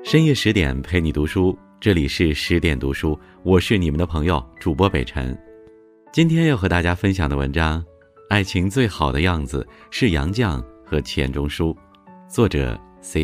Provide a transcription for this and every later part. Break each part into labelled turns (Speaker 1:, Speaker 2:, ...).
Speaker 1: 深夜10点陪你读书，这里是10点读书，我是你们的朋友主播北辰。今天要和大家分享的文章，爱情最好的样子是杨绛和钱钟书，作者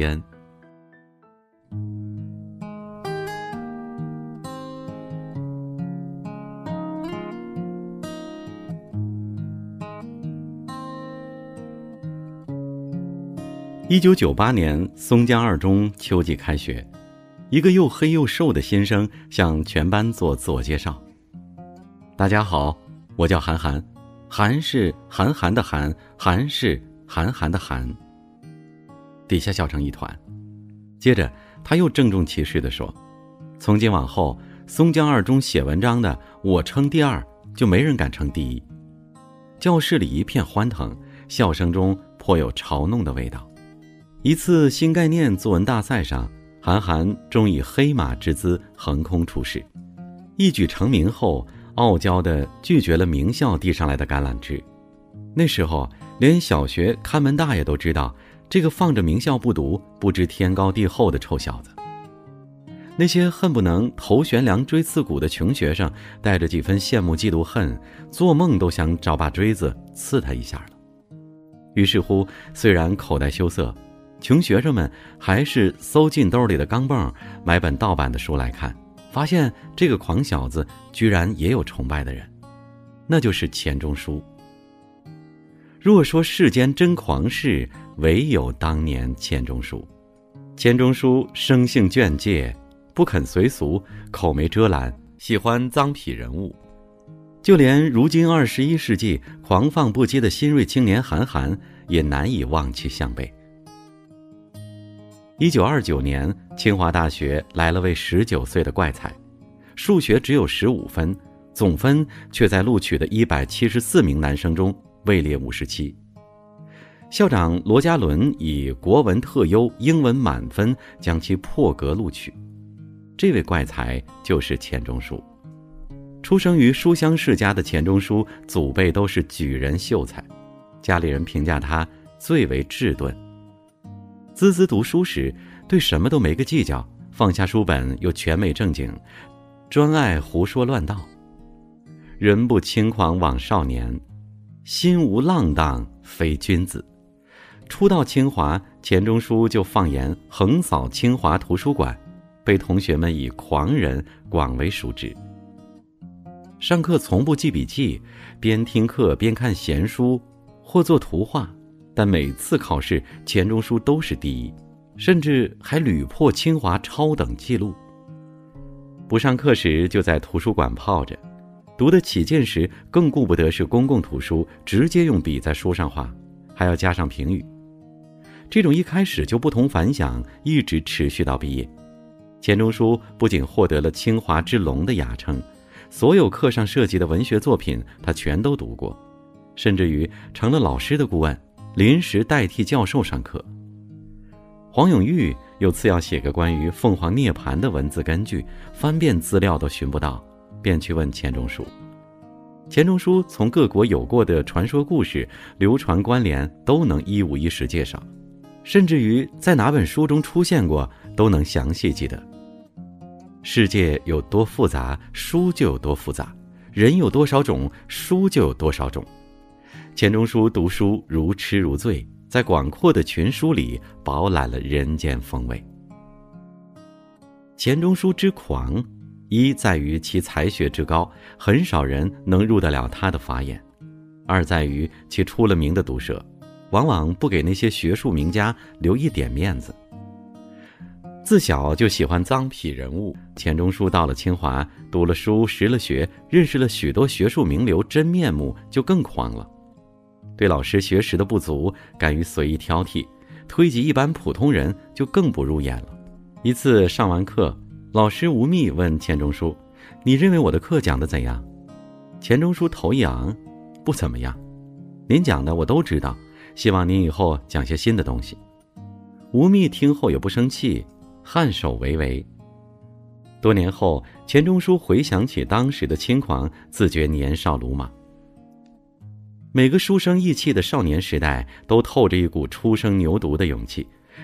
Speaker 1: CN。1998年，松江二中秋季开学，一个又黑又瘦的新生向全班做自我介绍。大家好，我叫韩寒，韩是韩寒的韩，寒是韩寒的寒。底下笑成一团。接着他又郑重其事地说，从今往后，松江二中写文章的我称第二，就没人敢称第一。教室里一片欢腾，笑声中颇有嘲弄的味道。一次新概念作文大赛上，韩寒终以黑马之姿横空出世，一举成名后，傲娇地拒绝了名校递上来的橄榄枝。那时候连小学看门大爷都知道，这个放着名校不读，不知天高地厚的臭小子。那些恨不能头悬梁锥刺股的穷学生，带着几分羡慕嫉妒恨，做梦都想找把锥子刺他一下了。于是乎，虽然口袋羞涩，穷学生们还是搜进兜里的钢镚，买本盗版的书来看，发现这个狂小子居然也有崇拜的人，那就是钱钟书。若说世间真狂士，唯有当年钱钟书。钱钟书生性狷介，不肯随俗，口没遮拦，喜欢脏痞人物。就连如今21世纪狂放不羁的新锐青年韩寒，也难以望其项背。1929年，清华大学来了位19岁的怪才，数学只有15分，总分却在录取的174名男生中位列57。校长罗家伦以国文特优、英文满分将其破格录取。这位怪才就是钱钟书。出生于书香世家的钱钟书，祖辈都是举人秀才，家里人评价他最为稚钝。孜孜读书时，对什么都没个计较，放下书本又全美正经，专爱胡说乱道。人不轻狂枉少年，心无浪荡非君子。初到清华，钱钟书就放言横扫清华图书馆，被同学们以狂人广为熟知。上课从不记笔记，边听课边看闲书或做图画，但每次考试钱钟书都是第一，甚至还屡破清华超等记录。不上课时就在图书馆泡着，读得起劲时更顾不得是公共图书，直接用笔在书上画，还要加上评语。这种一开始就不同凡响，一直持续到毕业。钱钟书不仅获得了清华之龙的雅称，所有课上涉及的文学作品他全都读过，甚至于成了老师的顾问，临时代替教授上课。黄永玉有次要写个关于凤凰涅槃的文字根据，翻遍资料都寻不到，便去问钱钟书。钱钟书从各国有过的传说故事、流传关联都能一五一十介绍，甚至于在哪本书中出现过都能详细记得。世界有多复杂，书就有多复杂；人有多少种，书就有多少种。钱钟书读书如痴如醉，在广阔的群书里饱览了人间风味。钱钟书之狂，一在于其才学之高，很少人能入得了他的法眼；二在于其出了名的毒舌，往往不给那些学术名家留一点面子。自小就喜欢脏痞人物，钱钟书到了清华，读了书，识了学，认识了许多学术名流真面目，就更狂了。对老师学识的不足敢于随意挑剔，推及一般普通人就更不入眼了。一次上完课，老师吴宓问钱钟书，你认为我的课讲得怎样？钱钟书头一昂，不怎么样。您讲的我都知道，希望您以后讲些新的东西。吴宓听后也不生气，颔首为为。多年后，钱钟书回想起当时的轻狂，自觉年少鲁莽。每个书生意气的少年时代，都透着一股初生牛犊的勇气，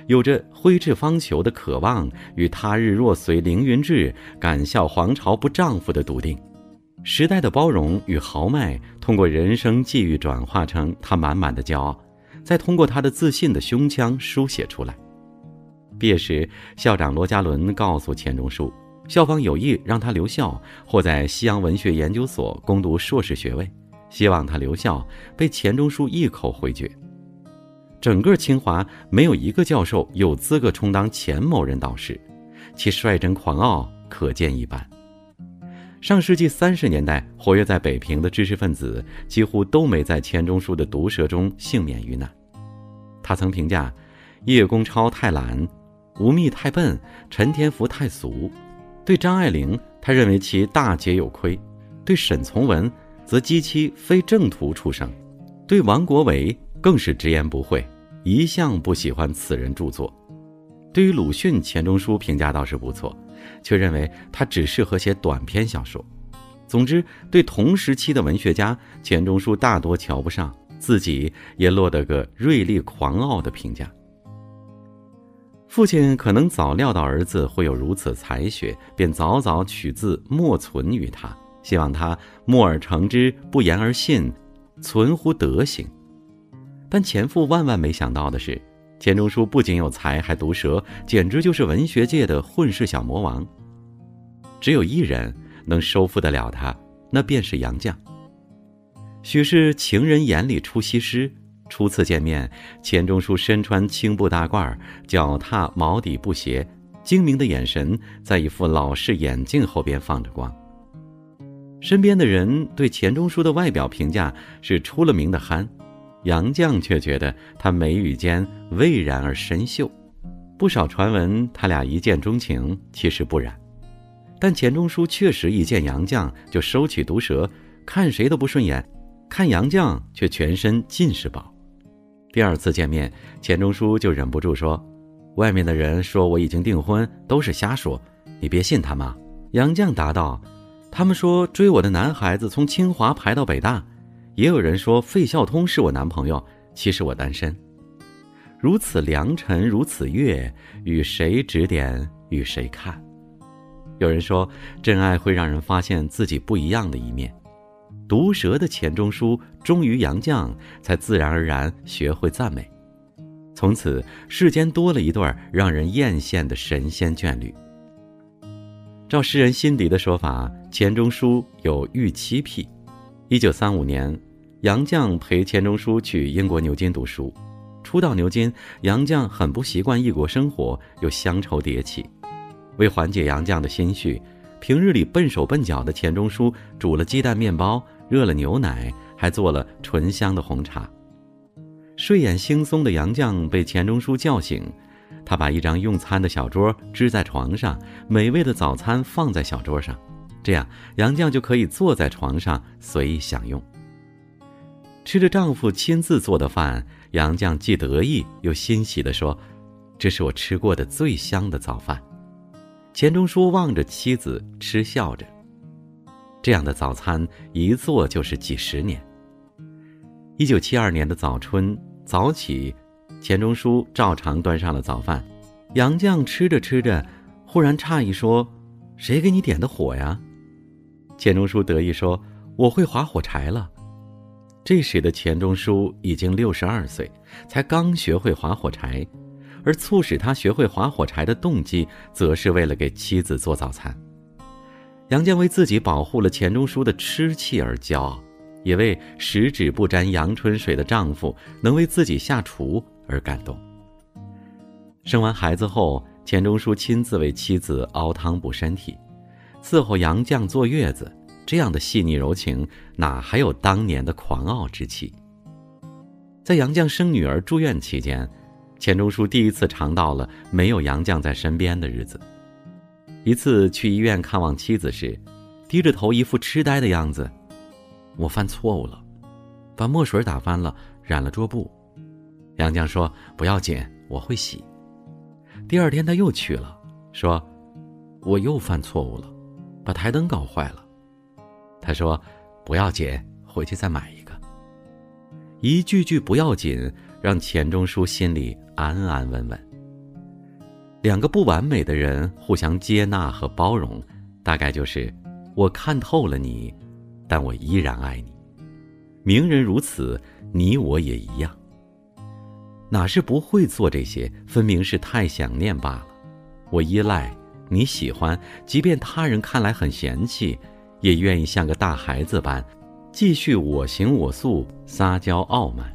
Speaker 1: 有着挥斥方遒的渴望与他日若随凌云志，敢笑皇朝不丈夫的笃定。时代的包容与豪迈通过人生际遇转化成他满满的骄傲，再通过他的自信的胸腔书写出来。毕业时，校长罗家伦告诉钱钟书，校方有意让他留校或在西洋文学研究所攻读硕士学位，希望他留校，被钱钟书一口回绝。整个清华没有一个教授有资格充当钱某人导师，其率真狂傲可见一斑。上世纪30年代活跃在北平的知识分子几乎都没在钱钟书的毒舌中幸免于难。他曾评价叶公超太懒，吴宓太笨，陈天福太俗。对张爱玲，他认为其大节有亏；对沈从文，则讥其非正途出生；对王国维更是直言不讳，一向不喜欢此人著作。对于鲁迅，钱钟书评价倒是不错，却认为他只适合写短篇小说。总之，对同时期的文学家，钱钟书大多瞧不上，自己也落得个锐利狂傲的评价。父亲可能早料到儿子会有如此才学，便早早取字默存于他，希望他默而成之，不言而信，存乎德行。但钱父万万没想到的是，钱钟书不仅有才，还毒舌，简直就是文学界的混世小魔王。只有一人能收复得了他，那便是杨绛。许是情人眼里出西施，初次见面，钱钟书身穿青布大褂，脚踏毛底布鞋，精明的眼神在一副老式眼镜后边放着光。身边的人对钱钟书的外表评价是出了名的憨，杨绛却觉得他眉宇间蔚然而深秀。不少传闻他俩一见钟情，其实不然。但钱钟书确实一见杨绛就收起毒舌，看谁都不顺眼，看杨绛却全身尽是宝。第二次见面，钱钟书就忍不住说，外面的人说我已经订婚，都是瞎说，你别信他们。杨绛答道，他们说追我的男孩子从清华排到北大，也有人说费孝通是我男朋友，其实我单身。如此良辰如此月，与谁指点与谁看。有人说，真爱会让人发现自己不一样的一面。毒舌的钱钟书忠于杨绛，才自然而然学会赞美。从此世间多了一对让人艳羡的神仙眷侣。照诗人辛迪的说法，钱钟书有御妻癖。1935年，杨绛陪钱钟书去英国牛津读书。初到牛津，杨绛很不习惯异国生活，又乡愁迭起。为缓解杨绛的心绪，平日里笨手笨脚的钱钟书煮了鸡蛋面包，热了牛奶，还做了醇香的红茶。睡眼惺忪的杨绛被钱钟书叫醒，他把一张用餐的小桌支在床上，美味的早餐放在小桌上，这样杨绛就可以坐在床上随意享用。吃着丈夫亲自做的饭，杨绛既得意又欣喜地说，这是我吃过的最香的早饭。钱钟书望着妻子嗤笑着，这样的早餐一做就是几十年。1972年的早春，早起，钱钟书照常端上了早饭。杨绛吃着吃着，忽然诧异说，谁给你点的火呀？钱钟书得意说，我会划火柴了。这时的钱钟书已经62岁，才刚学会划火柴，而促使他学会划火柴的动机，则是为了给妻子做早餐。杨绛为自己保护了钱钟书的痴气而骄傲，也为十指不沾阳春水的丈夫能为自己下厨而感动。生完孩子后，钱钟书亲自为妻子熬汤补身体，伺候杨绛坐月子，这样的细腻柔情，哪还有当年的狂傲之气？在杨绛生女儿住院期间，钱钟书第一次尝到了没有杨绛在身边的日子。一次去医院看望妻子时，低着头一副痴呆的样子，我犯错误了，把墨水打翻了，染了桌布。杨绛说，不要紧，我会洗。第二天他又去了，说，我又犯错误了，把台灯搞坏了。他说，不要紧，回去再买一个。一句句不要紧，让钱钟书心里安安稳稳。 两个不完美的人互相接纳和包容，大概就是我看透了你，但我依然爱你。名人如此，你我也一样。哪是不会做这些，分明是太想念罢了。我依赖，你喜欢，即便他人看来很嫌弃，也愿意像个大孩子般继续我行我素，撒娇傲慢。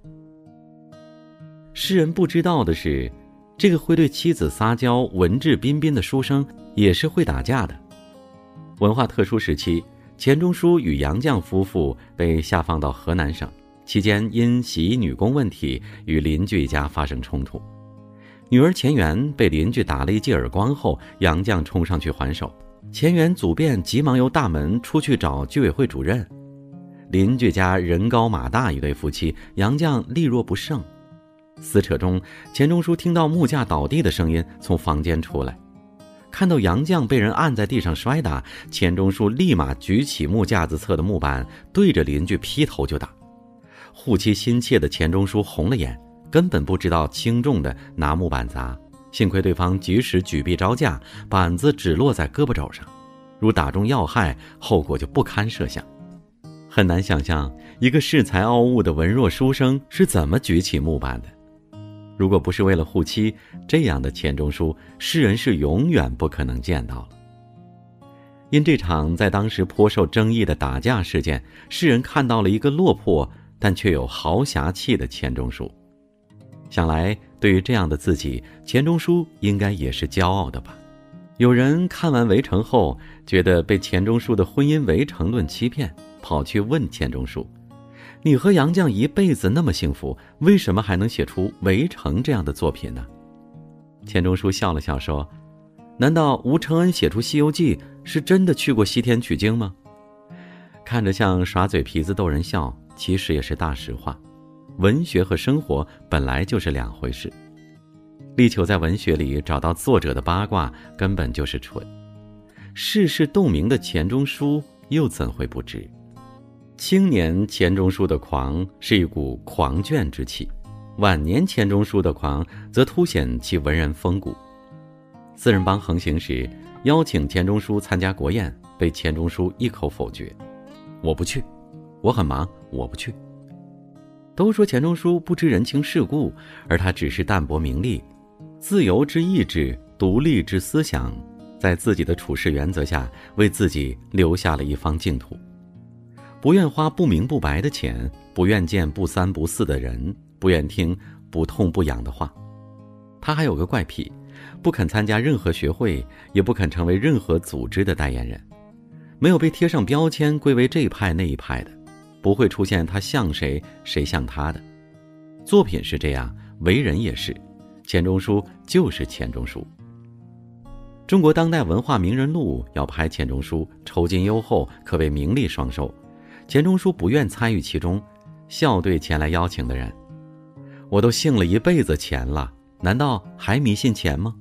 Speaker 1: 世人不知道的是，这个会对妻子撒娇文质彬彬的书生也是会打架的。文化特殊时期，钱钟书与杨绛夫妇被下放到河南省，期间因洗衣女工问题与邻居一家发生冲突。女儿钱媛被邻居打了一记耳光后，杨绛冲上去还手，钱媛祖辩急忙由大门出去找居委会主任。邻居家人高马大一对夫妻，杨绛力弱不胜。撕扯中，钱钟书听到木架倒地的声音，从房间出来，看到杨绛被人按在地上摔打，钱钟书立马举起木架子侧的木板，对着邻居劈头就打。护妻心切的钱钟书红了眼，根本不知道轻重的拿木板砸，幸亏对方及时举臂招架，板子只落在胳膊肘上，如打中要害，后果就不堪设想。很难想象一个恃才傲物的文弱书生是怎么举起木板的。如果不是为了护妻，这样的钱钟书世人是永远不可能见到了。因这场在当时颇受争议的打架事件，世人看到了一个落魄但却有豪侠气的钱钟书。想来对于这样的自己，钱钟书应该也是骄傲的吧。有人看完《围城》后，觉得被钱钟书的婚姻围城论欺骗，跑去问钱钟书，你和杨绛一辈子那么幸福，为什么还能写出《围城》这样的作品呢？钱钟书笑了笑说，难道吴承恩写出《西游记》是真的去过西天取经吗？看着像耍嘴皮子逗人笑，其实也是大实话。文学和生活本来就是两回事，力求在文学里找到作者的八卦，根本就是蠢。世事洞明的钱钟书又怎会不知？青年钱钟书的狂是一股狂狷之气，晚年钱钟书的狂则凸显其文人风骨。四人帮横行时，邀请钱钟书参加国宴，被钱钟书一口否决，我不去，我很忙，我不去。都说钱钟书不知人情世故，而他只是淡泊名利，自由之意志，独立之思想，在自己的处事原则下，为自己留下了一方净土。不愿花不明不白的钱，不愿见不三不四的人，不愿听不痛不痒的话。他还有个怪癖，不肯参加任何学会，也不肯成为任何组织的代言人，没有被贴上标签归为这一派那一派的，不会出现他像谁谁像他的。作品是这样，为人也是，钱钟书就是钱钟书。中国当代文化名人录要拍钱钟书，酬金优厚，可谓名利双收。钱钟书不愿参与其中，笑对前来邀请的人，我都信了一辈子钱了，难道还迷信钱吗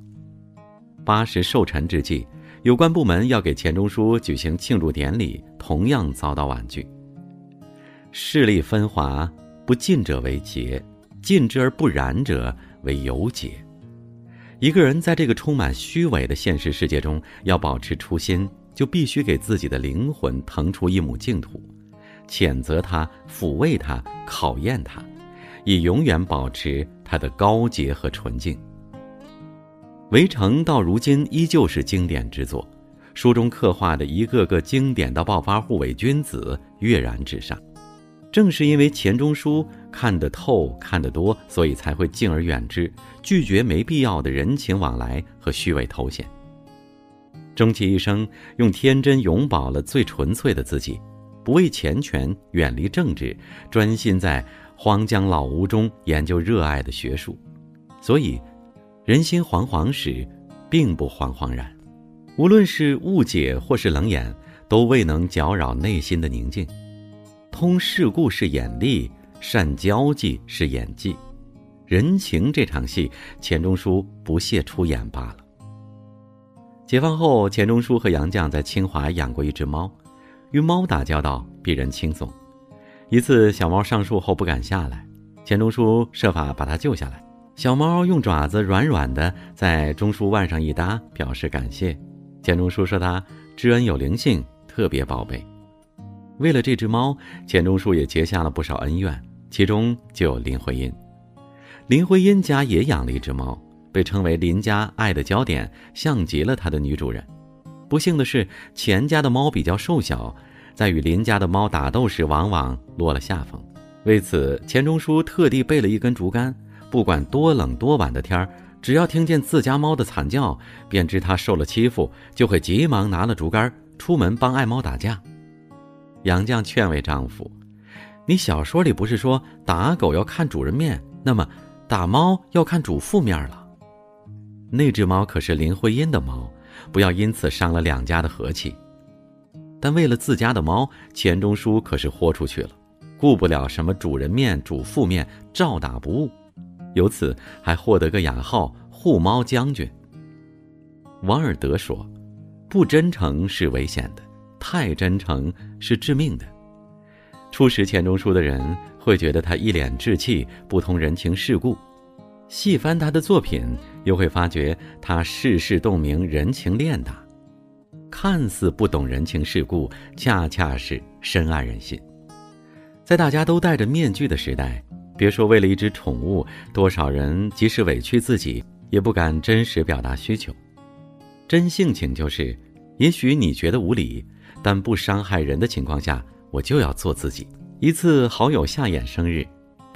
Speaker 1: ？80寿辰之际，有关部门要给钱钟书举行庆祝典礼，同样遭到婉拒。势力分华，不进者为节，进之而不染者为有节。一个人在这个充满虚伪的现实世界中，要保持初心，就必须给自己的灵魂腾出一亩净土，谴责它，抚慰它，考验它，以永远保持它的高洁和纯净。围城到如今依旧是经典之作，书中刻画的一个个经典的暴发户伪君子跃然纸上。正是因为钱钟书看得透看得多，所以才会敬而远之，拒绝没必要的人情往来和虚伪头衔。终其一生，用天真永葆了最纯粹的自己，不为钱权，远离政治，专心在荒江老屋中研究热爱的学术。所以人心惶惶时，并不惶惶然。无论是误解或是冷眼，都未能搅扰内心的宁静。通世故是眼力，善交际是演技。人情这场戏，钱钟书不屑出演罢了。解放后，钱钟书和杨绛在清华养过一只猫，与猫打交道避人轻松。一次小猫上树后不敢下来，钱钟书设法把它救下来， 小猫用爪子软软的在钟书腕上一搭，表示感谢。钱钟书说他知恩有灵性，特别宝贝。为了这只猫，钱钟书也结下了不少恩怨，其中就有林徽因。林徽因家也养了一只猫，被称为林家爱的焦点，像极了他的女主人。不幸的是，钱家的猫比较瘦小，在与林家的猫打斗时往往落了下风。为此，钱钟书特地备了一根竹竿，不管多冷多晚的天，只要听见自家猫的惨叫，便知它受了欺负，就会急忙拿了竹竿出门帮爱猫打架。杨绛劝慰丈夫，你小说里不是说打狗要看主人面，那么打猫要看主妇面了。那只猫可是林徽因的猫，不要因此伤了两家的和气。但为了自家的猫，钱钟书可是豁出去了，顾不了什么主人面主妇面，照打不误，由此还获得个雅号护猫将军。王尔德说，不真诚是危险的，太真诚是致命的。初识钱钟书的人会觉得他一脸稚气，不通人情世故，细翻他的作品，又会发觉他世事洞明，人情练达。看似不懂人情世故，恰恰是深谙人心。在大家都戴着面具的时代，别说为了一只宠物，多少人即使委屈自己，也不敢真实表达需求。真性情就是，也许你觉得无理，但不伤害人的情况下，我就要做自己。一次好友夏衍生日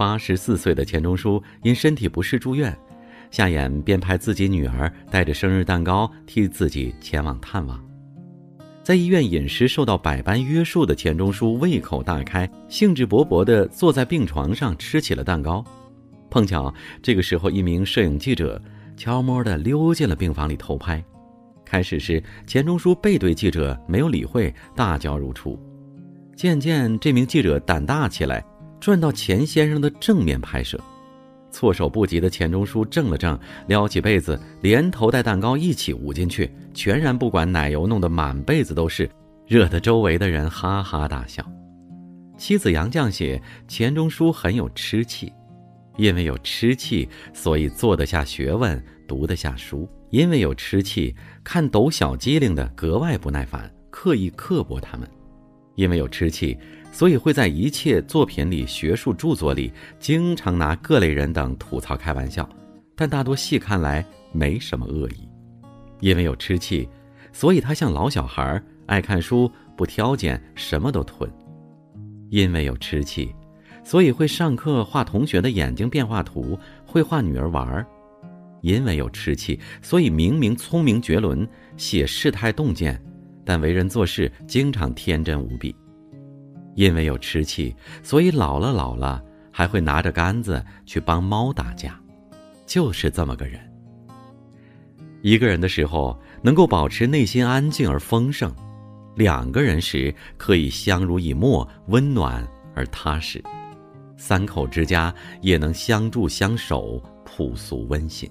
Speaker 1: ，84岁的钱钟书因身体不适住院，夏衍便派自己女儿带着生日蛋糕替自己前往探望。在医院饮食受到百般约束的钱钟书胃口大开，兴致勃勃地坐在病床上吃起了蛋糕。碰巧这个时候，一名摄影记者悄摸地溜进了病房里偷拍。开始时，钱钟书背对记者，没有理会，大叫如初。渐渐，这名记者胆大起来，转到钱先生的正面拍摄。措手不及的钱钟书怔了怔，撩起被子，连头带蛋糕一起捂进去，全然不管奶油弄得满被子都是，惹得周围的人哈哈大笑。妻子杨绛写钱钟书很有痴气，因为有痴气，所以做得下学问，读得下书。因为有痴气，看抖小机灵的格外不耐烦，刻意刻薄他们。因为有痴气，所以会在一切作品里、学术著作里经常拿各类人等吐槽开玩笑，但大多细看来没什么恶意。因为有痴气，所以他像老小孩，爱看书，不挑拣，什么都吞。因为有痴气，所以会上课画同学的眼睛变化图，会画女儿玩。因为有痴气，所以明明聪明绝伦，写事态洞见，但为人做事经常天真无比。因为有痴气，所以老了还会拿着杆子去帮猫打架，就是这么个人。一个人的时候能够保持内心安静而丰盛，两个人时可以相濡以沫，温暖而踏实，三口之家也能相助相守，朴素温馨。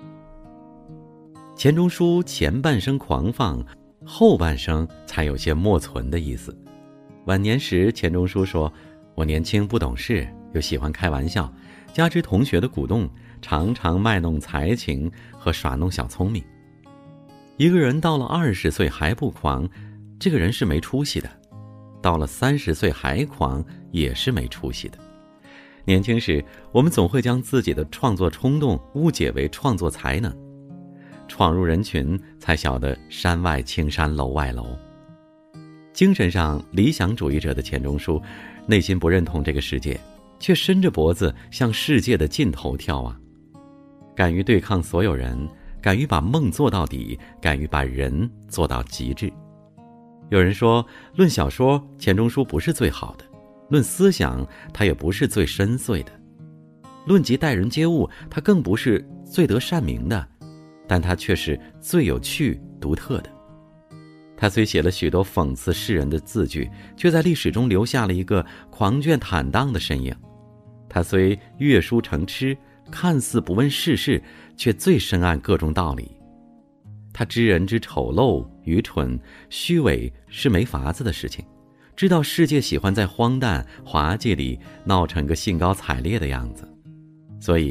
Speaker 1: 钱钟书前半生狂放，后半生才有些莫存的意思。晚年时，钱钟书说，我年轻不懂事，又喜欢开玩笑，加之同学的鼓动，常常卖弄才情和耍弄小聪明。一个人到了20岁还不狂，这个人是没出息的；到了30岁还狂，也是没出息的。年轻时，我们总会将自己的创作冲动误解为创作才能，闯入人群，才晓得山外青山楼外楼。精神上理想主义者的钱钟书，内心不认同这个世界，却伸着脖子向世界的尽头眺望，敢于对抗所有人，敢于把梦做到底，敢于把人做到极致。有人说，论小说，钱钟书不是最好的；论思想，他也不是最深邃的；论及待人接物，他更不是最得善名的，但他却是最有趣独特的。他虽写了许多讽刺世人的字句，却在历史中留下了一个狂狷坦荡的身影。他虽阅书成痴，看似不问世事，却最深谙各种道理。他知人之丑陋、愚蠢、虚伪是没法子的事情，知道世界喜欢在荒诞滑稽里闹成个兴高采烈的样子，所以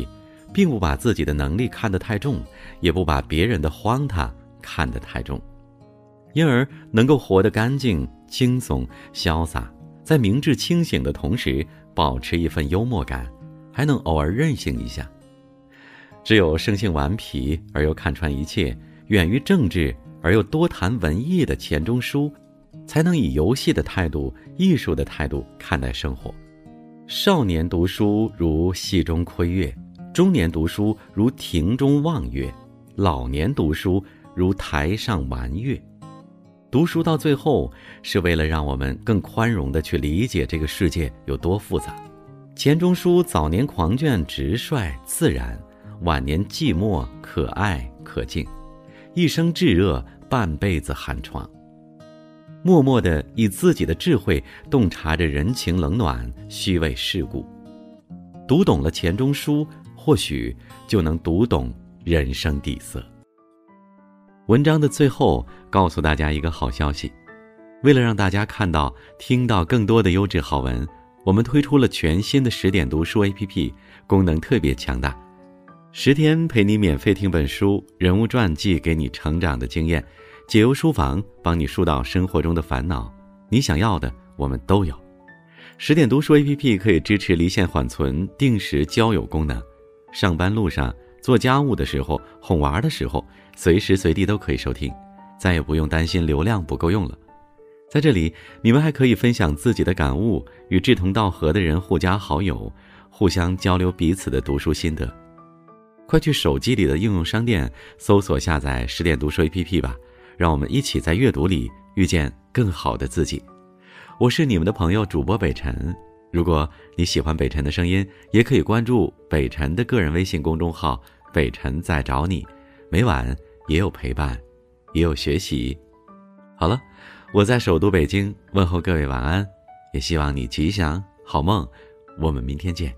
Speaker 1: 并不把自己的能力看得太重，也不把别人的荒唐看得太重，因而能够活得干净、轻松、潇洒，在明智清醒的同时保持一份幽默感，还能偶尔任性一下。只有生性顽皮而又看穿一切，远于政治而又多谈文艺的钱钟书，才能以游戏的态度、艺术的态度看待生活。少年读书如戏中窥月，中年读书如庭中望月，老年读书如台上玩月。读书到最后是为了让我们更宽容地去理解这个世界有多复杂。钱钟书早年狂狷直率自然，晚年寂寞可爱可敬，一生炙热，半辈子寒窗，默默地以自己的智慧洞察着人情冷暖、虚伪世故。读懂了钱钟书，或许就能读懂人生底色。文章的最后告诉大家一个好消息，为了让大家看到、听到更多的优质好文，我们推出了全新的10点读书 APP， 功能特别强大，10天陪你免费听本书，人物传记给你成长的经验，解忧书房帮你疏导生活中的烦恼，你想要的我们都有。10点读书 APP 可以支持离线缓存、定时交友功能，上班路上、做家务的时候、哄娃的时候，随时随地都可以收听，再也不用担心流量不够用了。在这里，你们还可以分享自己的感悟，与志同道合的人互加好友，互相交流彼此的读书心得。快去手机里的应用商店搜索下载10点读书 APP 吧，让我们一起在阅读里遇见更好的自己。我是你们的朋友主播北辰，如果你喜欢北辰的声音，也可以关注北辰的个人微信公众号北辰在找你，每晚也有陪伴，也有学习。好了，我在首都北京问候各位晚安，也希望你吉祥好梦，我们明天见。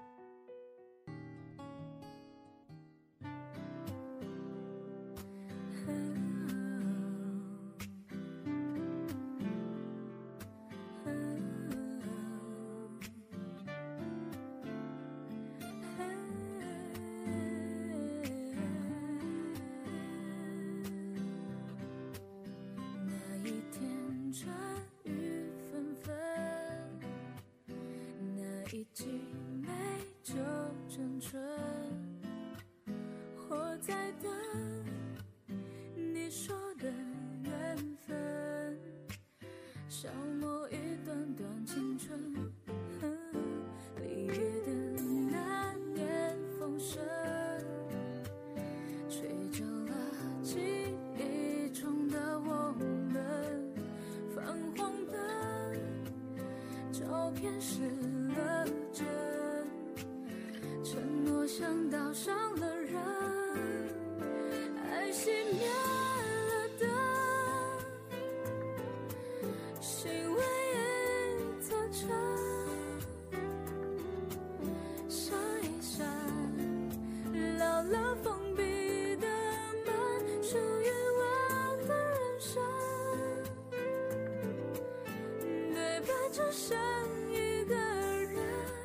Speaker 2: 一季美酒成春，我在等你说的缘分，消磨一段段青春，离别的那年风声，吹皱了记忆中的我们，泛黄的照片是了真，承诺像刀伤了人，爱熄灭了灯，心为一座城，闪一闪，牢牢封闭的门，属于我的人生，对白只剩一个人，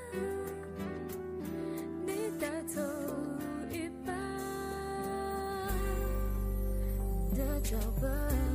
Speaker 2: 你带走一半的脚本。